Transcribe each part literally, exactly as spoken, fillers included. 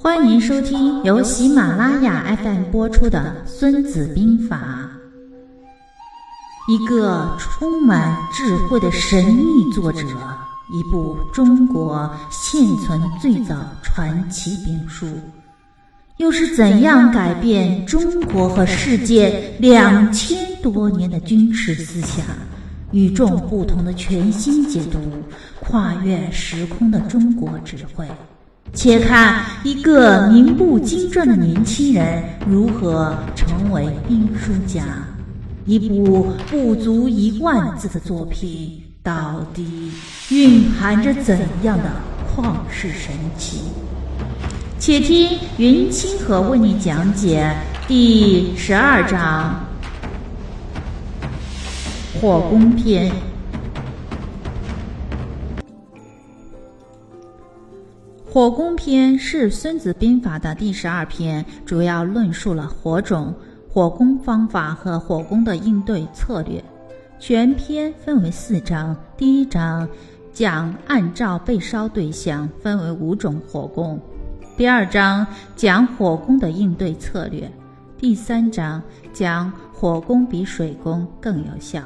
欢迎收听由喜马拉雅 F M 播出的《孙子兵法》，一个充满智慧的神秘作者，一部中国现存最早传奇兵书，又是怎样改变中国和世界两千多年的军事思想，与众不同的全新解读，跨越时空的中国智慧。且看一个名不经传的年轻人如何成为兵书家，一部不足一万字的作品到底蕴含着怎样的旷世神奇。且听云清河为你讲解第十二章火攻篇。火攻篇是孙子兵法的第十二篇，主要论述了火种、火攻方法和火攻的应对策略。全篇分为四章，第一章讲按照被烧对象分为五种火攻，第二章讲火攻的应对策略，第三章讲火攻比水攻更有效。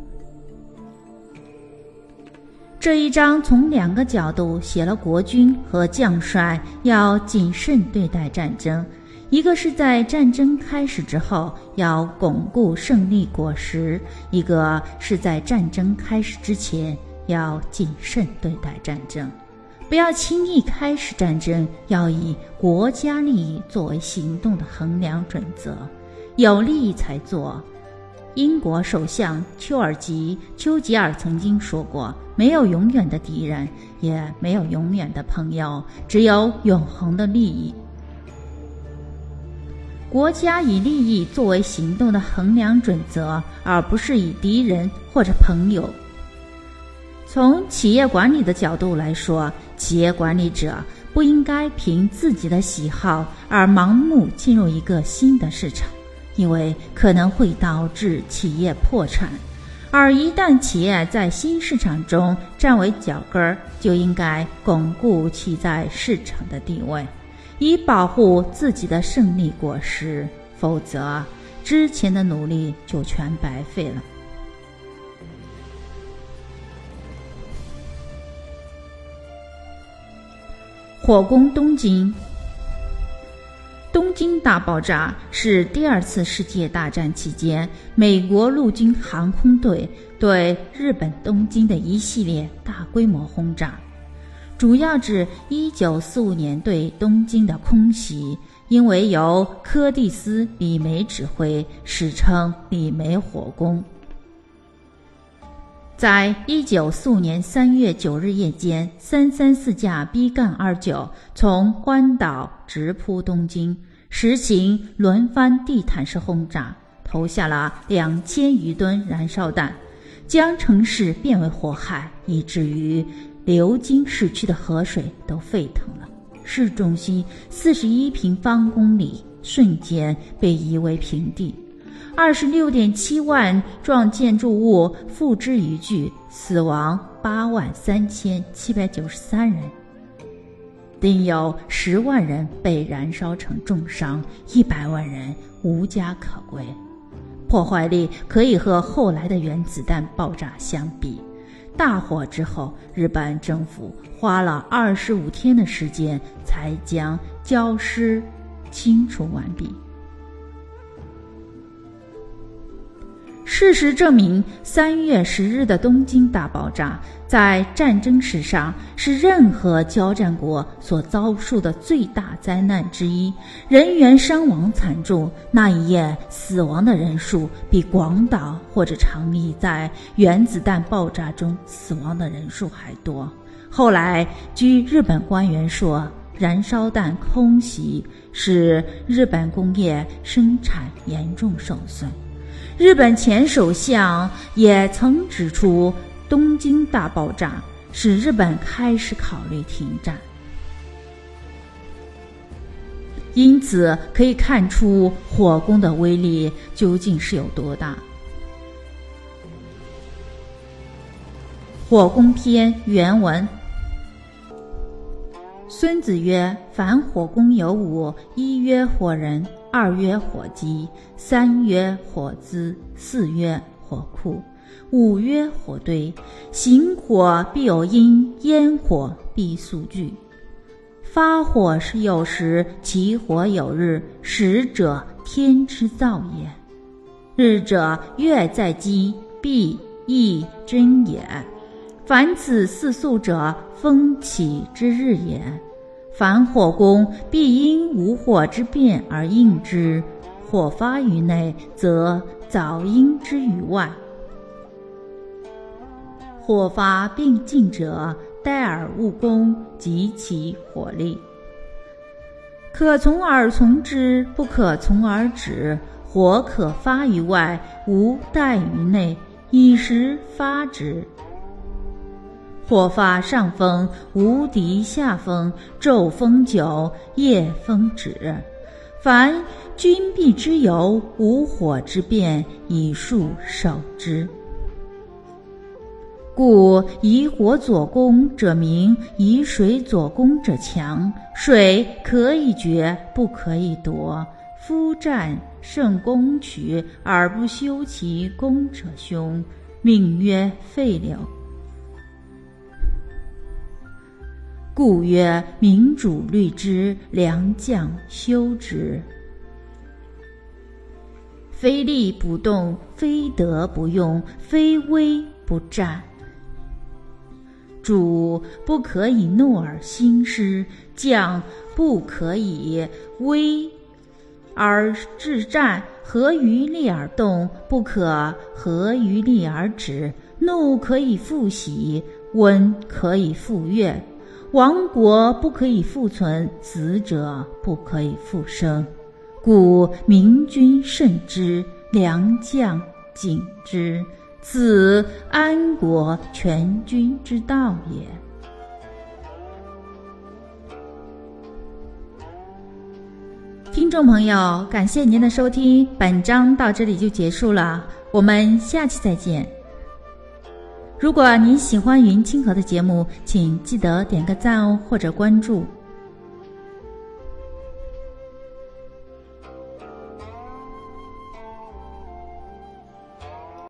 这一章从两个角度写了国军和将帅要谨慎对待战争，一个是在战争开始之后要巩固胜利果实，一个是在战争开始之前要谨慎对待战争，不要轻易开始战争，要以国家利益作为行动的衡量准则，有利益才做。英国首相丘尔吉丘吉尔曾经说过，没有永远的敌人，也没有永远的朋友，只有永恒的利益。国家以利益作为行动的衡量准则，而不是以敌人或者朋友。从企业管理的角度来说，企业管理者不应该凭自己的喜好而盲目进入一个新的市场，因为可能会导致企业破产，而一旦企业在新市场中站为脚跟，就应该巩固其在市场的地位，以保护自己的胜利果实，否则之前的努力就全白费了。火攻东京。东京大爆炸是第二次世界大战期间美国陆军航空队对日本东京的一系列大规模轰炸，主要指一九四五年对东京的空袭，因为由柯蒂斯·李梅指挥，史称李梅火攻。在一九四五年三月九日夜间，三三四架 B 二九 从关岛直扑东京，实行轮番地毯式轰炸，投下了两千余吨燃烧弹，将城市变为火海，以至于流经市区的河水都沸腾了，市中心四十一平方公里瞬间被夷为平地。二十六点七万幢建筑物付之一炬，死亡八万三千七百九十三人，定有十万人被燃烧成重伤，一百万人无家可归，破坏力可以和后来的原子弹爆炸相比。大火之后，日本政府花了二十五天的时间才将焦尸清除完毕。事实证明，三月十日的东京大爆炸在战争史上是任何交战国所遭受的最大灾难之一，人员伤亡惨重，那一夜死亡的人数比广岛或者长崎在原子弹爆炸中死亡的人数还多。后来据日本官员说，燃烧弹空袭使日本工业生产严重受损。日本前首相也曾指出，东京大爆炸使日本开始考虑停战。因此可以看出火攻的威力究竟是有多大。火攻篇原文： 孙子曰：凡火攻有五，一曰火人，二曰火鸡，三曰火资，四曰火库，五曰火堆。行火必有因，烟火必速聚。发火是有时，起火有日，时者天之造也。日者，月在积，必亦真也。凡此四宿者，风起之日也。凡火攻，必因无火之变而应之。火发于内，则早应之于外。火发并进者，待而勿攻，及其火力。可从而从之，不可从而止。火可发于外，无待于内，以时发之。火发上风，无敌下风，昼风久，夜风止。凡君必之由，无火之变，以数守之。故以火佐攻者明，以水佐攻者强。水可以决，不可以夺。夫战胜攻取而不修其攻者凶，命曰废柳。故曰：民主虑之，良将修之。非利不动，非德不用，非威不战。主不可以怒而兴师，将不可以威而制战。合于利而动，不可合于利而止。怒可以复喜，温可以复悦。亡国不可以复存，死者不可以复生。故明君慎之，良将谨之，此安国全军之道也。听众朋友，感谢您的收听，本章到这里就结束了，我们下期再见。如果您喜欢云清河的节目，请记得点个赞哦，或者关注。